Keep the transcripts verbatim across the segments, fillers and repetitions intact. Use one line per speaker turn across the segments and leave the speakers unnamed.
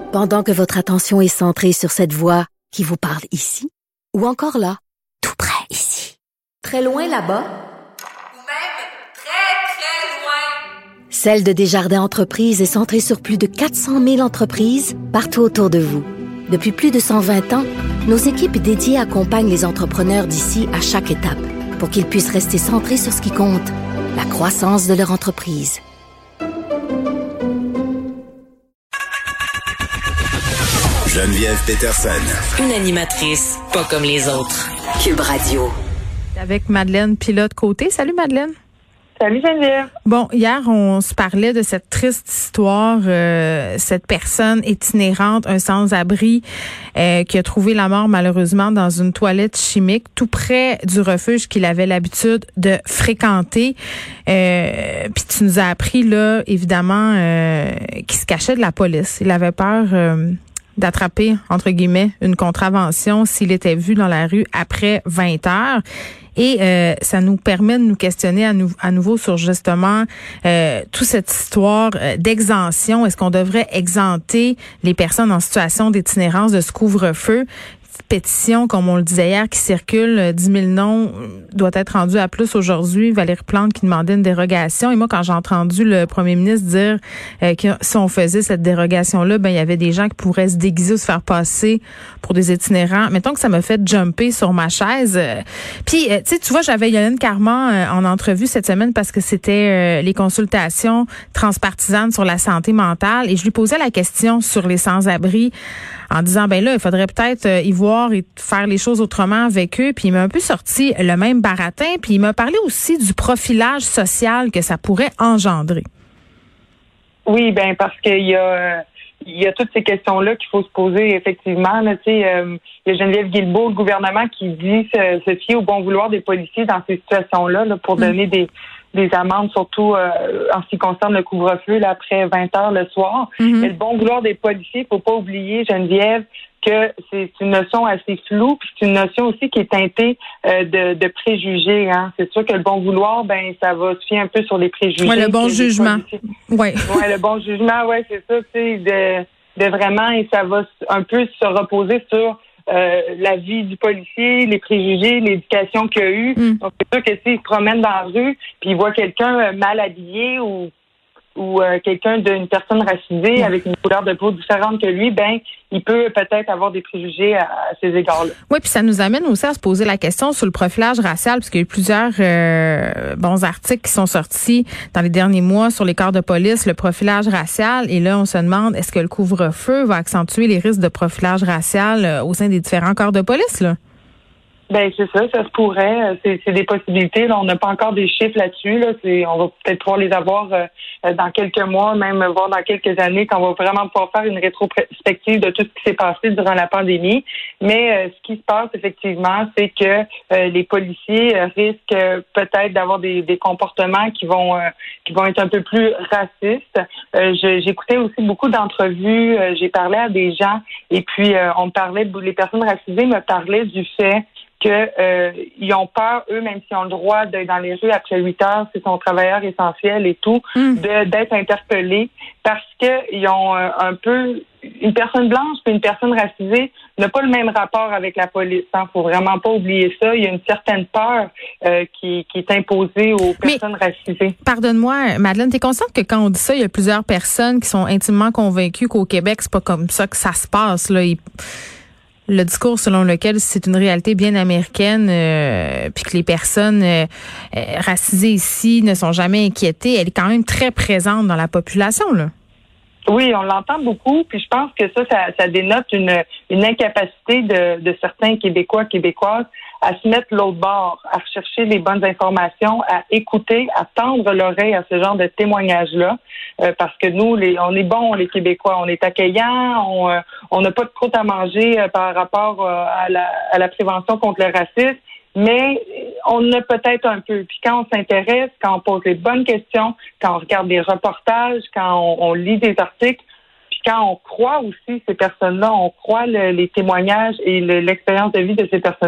Pendant que votre attention est centrée sur cette voix qui vous parle ici, ou encore là, tout près ici, très loin là-bas,
ou même très, très loin,
Celle de Desjardins Entreprises est centrée sur plus de quatre cent mille entreprises partout autour de vous. Depuis plus de cent vingt ans, nos équipes dédiées accompagnent les entrepreneurs d'ici à chaque étape pour qu'ils puissent rester centrés sur ce qui compte, la croissance de leur entreprise.
Geneviève Peterson.
Une animatrice pas comme les autres. Cube Radio.
Avec Madeleine Pilote-Côté. Salut Madeleine.
Salut Geneviève.
Bon, hier, on se parlait de cette triste histoire, euh, cette personne itinérante, un sans-abri, euh, qui a trouvé la mort malheureusement dans une toilette chimique tout près du refuge qu'il avait l'habitude de fréquenter. Euh, Puis tu nous as appris, là, évidemment, euh, qu'il se cachait de la police. Il avait peur... Euh, d'attraper, entre guillemets, une contravention s'il était vu dans la rue après vingt heures. Et euh, ça nous permet de nous questionner à, nou- à nouveau sur justement euh, toute cette histoire euh, d'exemption. Est-ce qu'on devrait exempter les personnes en situation d'itinérance de ce couvre-feu? Pétition, comme on le disait hier, qui circule, dix mille noms, doit être rendu à plus aujourd'hui. Valérie Plante qui demandait une dérogation. Et moi, quand j'ai entendu le premier ministre dire euh, que si on faisait cette dérogation-là, ben il y avait des gens qui pourraient se déguiser ou se faire passer pour des itinérants. Mettons que ça m'a fait jumper sur ma chaise. Puis, euh, tu sais, tu vois, j'avais Yolande Carman euh, en entrevue cette semaine parce que c'était euh, les consultations transpartisanes sur la santé mentale. Et je lui posais la question sur les sans-abri en disant, ben là, il faudrait peut-être euh, y voir et faire les choses autrement avec eux. Puis il m'a un peu sorti le même baratin. Puis il m'a parlé aussi du profilage social que ça pourrait engendrer.
Oui, ben parce qu'il y a il y a toutes ces questions-là qu'il faut se poser effectivement. Là, tu sais, euh, il y a Geneviève Guilbeault, le gouvernement, qui dit se, se fier au bon vouloir des policiers dans ces situations-là là, pour mmh. donner des des amendes, surtout euh, en ce qui concerne le couvre-feu là, après vingt heures le soir. Mm-hmm. Mais le bon vouloir des policiers, faut pas oublier, Geneviève, que c'est une notion assez floue, puis c'est une notion aussi qui est teintée euh, de, de préjugés. Hein. C'est sûr que le bon vouloir, ben ça va se fier un peu sur les préjugés.
Oui, le bon jugement. Oui.
Ouais, le bon jugement, ouais, c'est ça, tu sais, de, de vraiment, et ça va un peu se reposer sur Euh, la vie du policier, les préjugés, l'éducation qu'il a eue. Mm. Donc, c'est sûr que s'il se promène dans la rue puis il voit quelqu'un mal habillé ou ou euh, quelqu'un d'une personne racisée mm. avec une couleur de peau différente que lui, ben il peut peut-être avoir des préjugés à, à ces égards-là.
Oui, puis ça nous amène aussi à se poser la question sur le profilage racial, parce qu'il y a eu plusieurs euh, bons articles qui sont sortis dans les derniers mois sur les corps de police, le profilage racial. Et là, on se demande, est-ce que le couvre-feu va accentuer les risques de profilage racial euh, au sein des différents corps de police, là?
Ben c'est ça, ça se pourrait. C'est, c'est des possibilités. Là, on n'a pas encore des chiffres là-dessus. Là. C'est, on va peut-être pouvoir les avoir euh, dans quelques mois, même voir dans quelques années, quand on va vraiment pouvoir faire une rétrospective de tout ce qui s'est passé durant la pandémie. Mais euh, ce qui se passe effectivement, c'est que euh, les policiers euh, risquent euh, peut-être d'avoir des, des comportements qui vont euh, qui vont être un peu plus racistes. Euh, je, j'écoutais aussi beaucoup d'entrevues. Euh, j'ai parlé à des gens et puis euh, on me parlait, les personnes racisées me parlaient du fait que euh, ils ont peur, eux, même s'ils ont le droit d'être dans les rues après huit heures, c'est son travailleur essentiel et tout, mm. de d'être interpellés parce que ils ont euh, un peu une personne blanche et une personne racisée n'a pas le même rapport avec la police. Hein. Faut vraiment pas oublier ça. Il y a une certaine peur euh, qui, qui est imposée aux personnes Mais, racisées.
Pardonne-moi, Madeleine, t'es consciente que quand on dit ça, il y a plusieurs personnes qui sont intimement convaincues qu'au Québec, c'est pas comme ça que ça se passe, là. Ils... Le discours selon lequel c'est une réalité bien américaine, euh, puis que les personnes euh, euh, racisées ici ne sont jamais inquiétées, elle est quand même très présente dans la population, là.
Oui, on l'entend beaucoup, puis je pense que ça, ça, ça dénote une, une incapacité de, de certains Québécois, Québécoises à se mettre l'autre bord, à rechercher les bonnes informations, à écouter, à tendre l'oreille à ce genre de témoignages-là, euh, parce que nous, les, on est bons, les Québécois, on est accueillants, on euh, on n'a pas de croûte à manger euh, par rapport euh, à, la, à la prévention contre le racisme, mais on en a peut-être un peu. Puis quand on s'intéresse, quand on pose les bonnes questions, quand on regarde des reportages, quand on, on lit des articles, puis quand on croit aussi ces personnes-là, on croit le, les témoignages et le, l'expérience de vie de ces personnes-là,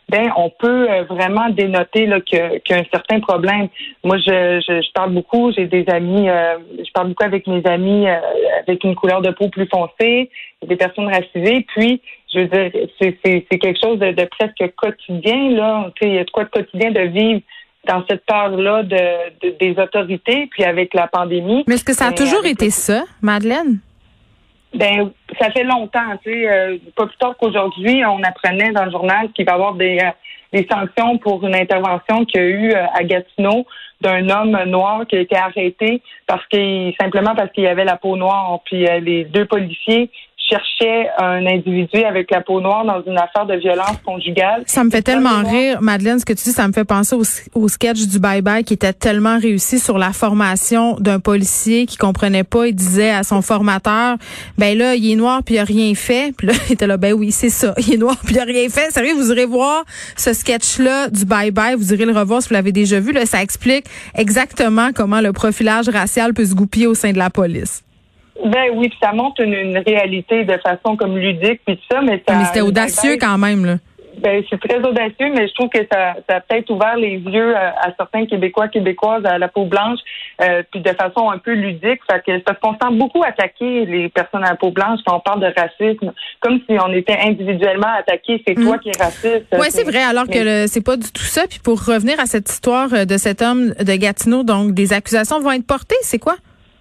ben on peut euh, vraiment dénoter là, que, qu'il y a un certain problème. Moi, je, je, je parle beaucoup, j'ai des amis, euh, je parle beaucoup avec mes amis euh, avec une couleur de peau plus foncée, des personnes racisées, puis je veux dire, c'est, c'est, c'est quelque chose de, de presque quotidien, là. Tu sais, il y a de quoi de quotidien de vivre dans cette peur-là de, de, des autorités, puis avec la pandémie.
Mais est-ce que ça a toujours été ça, Madeleine?
Ben, ça fait longtemps, tu sais, euh, pas plus tard qu'aujourd'hui, on apprenait dans le journal qu'il va y avoir des, euh, des sanctions pour une intervention qu'il y a eu euh, à Gatineau d'un homme noir qui a été arrêté parce qu'il simplement parce qu'il y avait la peau noire. Puis euh, les deux policiers cherchait un individu avec la peau noire dans une affaire de violence conjugale.
Ça me fait tellement rire, Madeleine, ce que tu dis, ça me fait penser au, au sketch du Bye Bye qui était tellement réussi sur la formation d'un policier qui comprenait pas. Il disait à son formateur, ben là, il est noir puis il a rien fait. Puis là, il était là, ben oui, c'est ça, il est noir puis il a rien fait. Sérieux, vous irez voir ce sketch-là du Bye Bye, vous irez le revoir si vous l'avez déjà vu. Là, ça explique exactement comment le profilage racial peut se goupiller au sein de la police.
Ben oui, puis ça montre une, une réalité de façon comme ludique puis tout ça, mais ça.
Mais c'était audacieux quand même, là.
Ben c'est très audacieux, mais je trouve que ça, ça a peut-être ouvert les yeux à, à certains Québécois, Québécoises à la peau blanche, euh, puis de façon un peu ludique. Fait que parce qu'on sent beaucoup attaquer les personnes à la peau blanche quand on parle de racisme, comme si on était individuellement attaqué. C'est mmh. toi qui es raciste.
Oui, c'est vrai, alors mais... que le, c'est pas du tout ça. Puis pour revenir à cette histoire de cet homme de Gatineau, donc des accusations vont être portées, c'est quoi?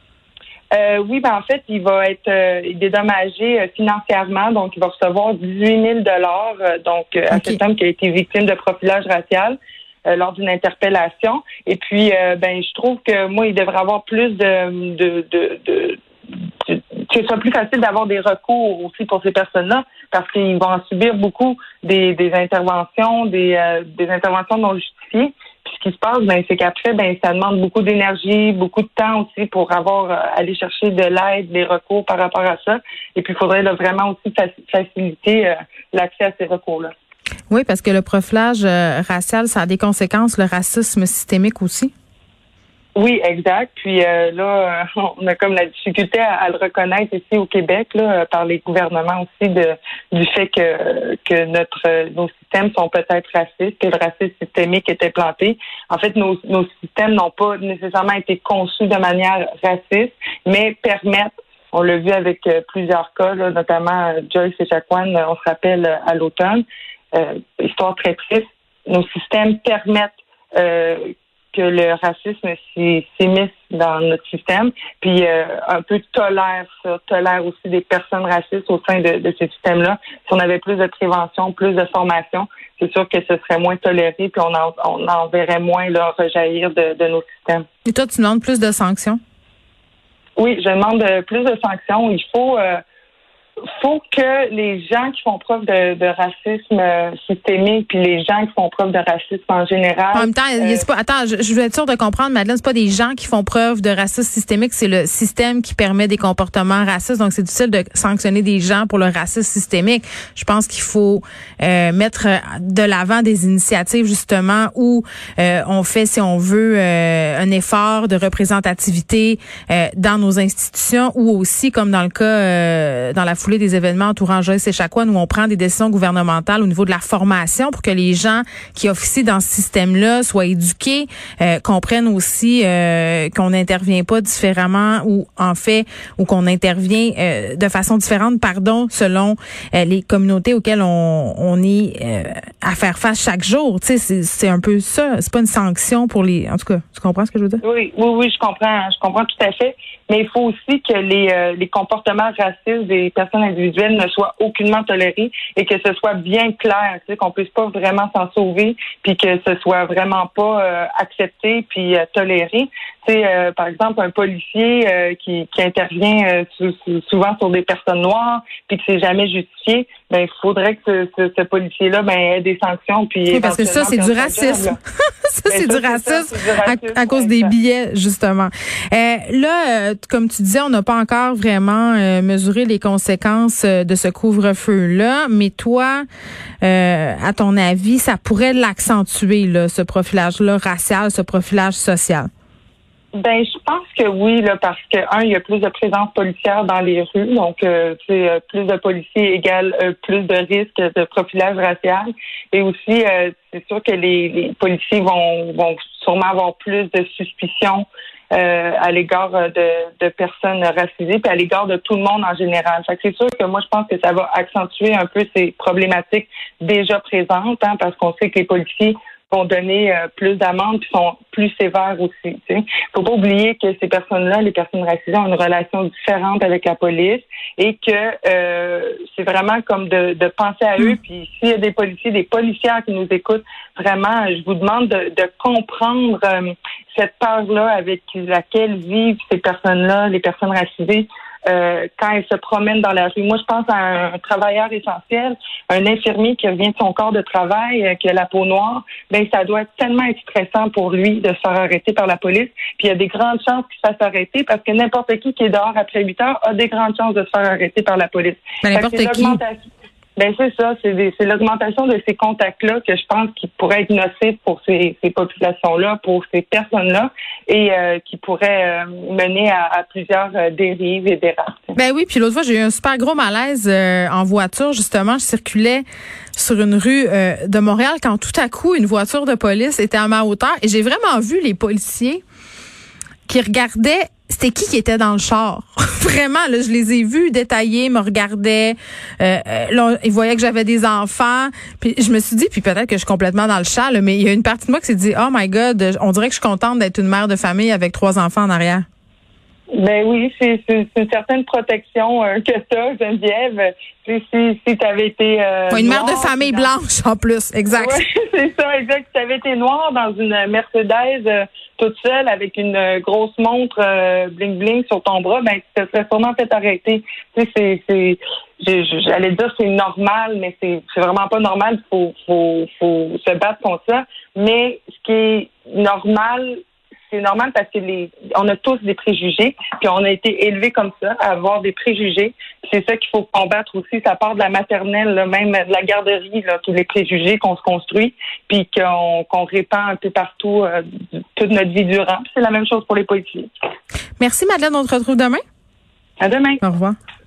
Euh, oui, ben en fait, il va être euh, dédommagé euh, financièrement, donc il va recevoir dix-huit mille dollars euh, donc euh, okay. à cet homme qui a été victime de profilage racial euh, lors d'une interpellation. Et puis, euh, ben je trouve que moi, il devrait avoir plus de, de, de, de, de que ce soit plus facile d'avoir des recours aussi pour ces personnes-là, parce qu'ils vont en subir beaucoup des, des interventions, des, euh, des interventions non justifiées. Puis ce qui se passe, ben, c'est qu'après, ben, ça demande beaucoup d'énergie, beaucoup de temps aussi pour avoir euh, aller chercher de l'aide, des recours par rapport à ça. Et puis, il faudrait là, vraiment aussi faciliter euh, l'accès à ces recours-là.
Oui, parce que le profilage euh, racial, ça a des conséquences, le racisme systémique aussi.
Oui, exact. Puis euh, là, on a comme la difficulté à, à le reconnaître ici au Québec, là, par les gouvernements aussi, de du fait que que notre nos systèmes sont peut-être racistes, que le racisme systémique est implanté. En fait, nos nos systèmes n'ont pas nécessairement été conçus de manière raciste, mais permettent. On l'a vu avec euh, plusieurs cas, là, notamment euh, Joyce Echaquan, on se rappelle euh, à l'automne. Euh, histoire très triste. Nos systèmes permettent euh, que le racisme s'immisce dans notre système, puis euh, un peu tolère ça, tolère aussi des personnes racistes au sein de, de ces systèmes-là. Si on avait plus de prévention, plus de formation, c'est sûr que ce serait moins toléré, puis on en, on en verrait moins là, rejaillir de, de nos systèmes.
Et toi, tu demandes plus de sanctions?
Oui, je demande plus de sanctions. Il faut... Euh, faut que les gens qui font preuve de, de racisme euh, systémique puis les gens qui font preuve de racisme en général...
En même temps, euh, c'est pas, attends, je, je veux être sûre de comprendre, Madeleine, c'est pas des gens qui font preuve de racisme systémique, c'est le système qui permet des comportements racistes. Donc, c'est difficile de sanctionner des gens pour le racisme systémique. Je pense qu'il faut euh, mettre de l'avant des initiatives, justement, où euh, on fait, si on veut, euh, un effort de représentativité euh, dans nos institutions ou aussi, comme dans le cas, euh, dans la foulée des événements entourant Joyce Echaquan, où on prend des décisions gouvernementales au niveau de la formation pour que les gens qui officient dans ce système-là soient éduqués, euh, comprennent aussi euh, qu'on n'intervient pas différemment ou en fait, ou qu'on intervient euh, de façon différente, pardon, selon euh, les communautés auxquelles on, on est euh, à faire face chaque jour. Tu sais, c'est, c'est un peu ça. C'est pas une sanction pour les... En tout cas, tu comprends ce que je veux dire?
Oui, oui, oui, je comprends. Je comprends tout à fait. Mais il faut aussi que les, euh, les comportements racistes des personnes individuelles ne soient aucunement tolérés et que ce soit bien clair, tu sais, qu'on puisse pas vraiment s'en sauver, puis que ce soit vraiment pas euh, accepté puis euh, toléré. Tu sais, euh, par exemple, un policier euh, qui, qui intervient euh, sou- souvent sur des personnes noires, puis que c'est jamais justifié, ben il faudrait que ce, ce, ce policier-là ben ait des sanctions. Puis
oui, parce que ça, c'est du racisme. ça, ben, c'est, ça, du racisme c'est, ça, c'est du racisme à, à cause des billets, justement. Euh, là, euh, comme tu disais, on n'a pas encore vraiment euh, mesuré les conséquences euh, de ce couvre-feu-là, mais toi, euh, à ton avis, ça pourrait l'accentuer, là, ce profilage-là racial, ce profilage social?
Ben, je pense que oui, là, parce que un, il y a plus de présence policière dans les rues, donc euh, c'est euh, plus de policiers égale euh, plus de risques de profilage racial, et aussi euh, c'est sûr que les, les policiers vont vont sûrement avoir plus de suspicions euh, à l'égard de, de personnes racisées, puis à l'égard de tout le monde en général. Fait que c'est sûr que moi je pense que ça va accentuer un peu ces problématiques déjà présentes, hein, parce qu'on sait que les policiers vont donner euh, plus d'amendes puis sont plus sévères aussi. Il faut pas oublier que ces personnes-là, les personnes racisées, ont une relation différente avec la police et que euh, c'est vraiment comme de, de penser à eux. Puis s'il y a des policiers, des policières qui nous écoutent, vraiment, je vous demande de, de comprendre euh, cette peur-là avec laquelle vivent ces personnes-là, les personnes racisées. Euh, quand elles se promènent dans la rue. Moi, je pense à un, un travailleur essentiel, un infirmier qui revient de son corps de travail, euh, qui a la peau noire. Ben, ça doit être tellement être stressant pour lui de se faire arrêter par la police. Puis il y a des grandes chances qu'il se fasse arrêter parce que n'importe qui qui est dehors après huit heures a des grandes chances de se faire arrêter par la police.
Ben, n'importe qui.
Ben c'est ça, c'est, des, c'est l'augmentation de ces contacts-là que je pense qui pourrait être nocif pour ces, ces populations-là, pour ces personnes-là, et euh, qui pourrait euh, mener à, à plusieurs euh, dérives et dérapages.
Ben oui, puis l'autre fois, j'ai eu un super gros malaise euh, en voiture, justement. Je circulais sur une rue euh, de Montréal quand tout à coup, une voiture de police était à ma hauteur, et j'ai vraiment vu les policiers qui regardaient c'était qui qui était dans le char. Vraiment, là, je les ai vus détaillés, me regardaient. Euh, là, ils voyaient que j'avais des enfants. Puis je me suis dit, puis peut-être que je suis complètement dans le champ, là, mais il y a une partie de moi qui s'est dit, oh my God, on dirait que je suis contente d'être une mère de famille avec trois enfants en arrière.
Ben oui, c'est, c'est, c'est une certaine protection euh, que tu as, Geneviève. Si, si, si tu avais été... Euh,
ouais, une
noire,
mère de famille dans... blanche, en plus, exact.
Oui, c'est ça, exact. Si tu avais été noire dans une Mercedes euh, toute seule avec une euh, grosse montre euh, bling-bling sur ton bras, ben tu te serais sûrement fait arrêter. Tu sais, c'est... c'est je, j'allais dire c'est normal, mais c'est, c'est vraiment pas normal. Il faut, faut, faut se battre contre ça. Mais ce qui est normal... C'est normal parce que les, on a tous des préjugés, puis on a été élevés comme ça, à avoir des préjugés. Puis c'est ça qu'il faut combattre aussi. Ça part de la maternelle, là, même de la garderie, là, tous les préjugés qu'on se construit, puis qu'on, qu'on répand un peu partout euh, toute notre vie durant. Puis c'est la même chose pour les policiers.
Merci Madeleine, on te retrouve demain.
À demain.
Au revoir.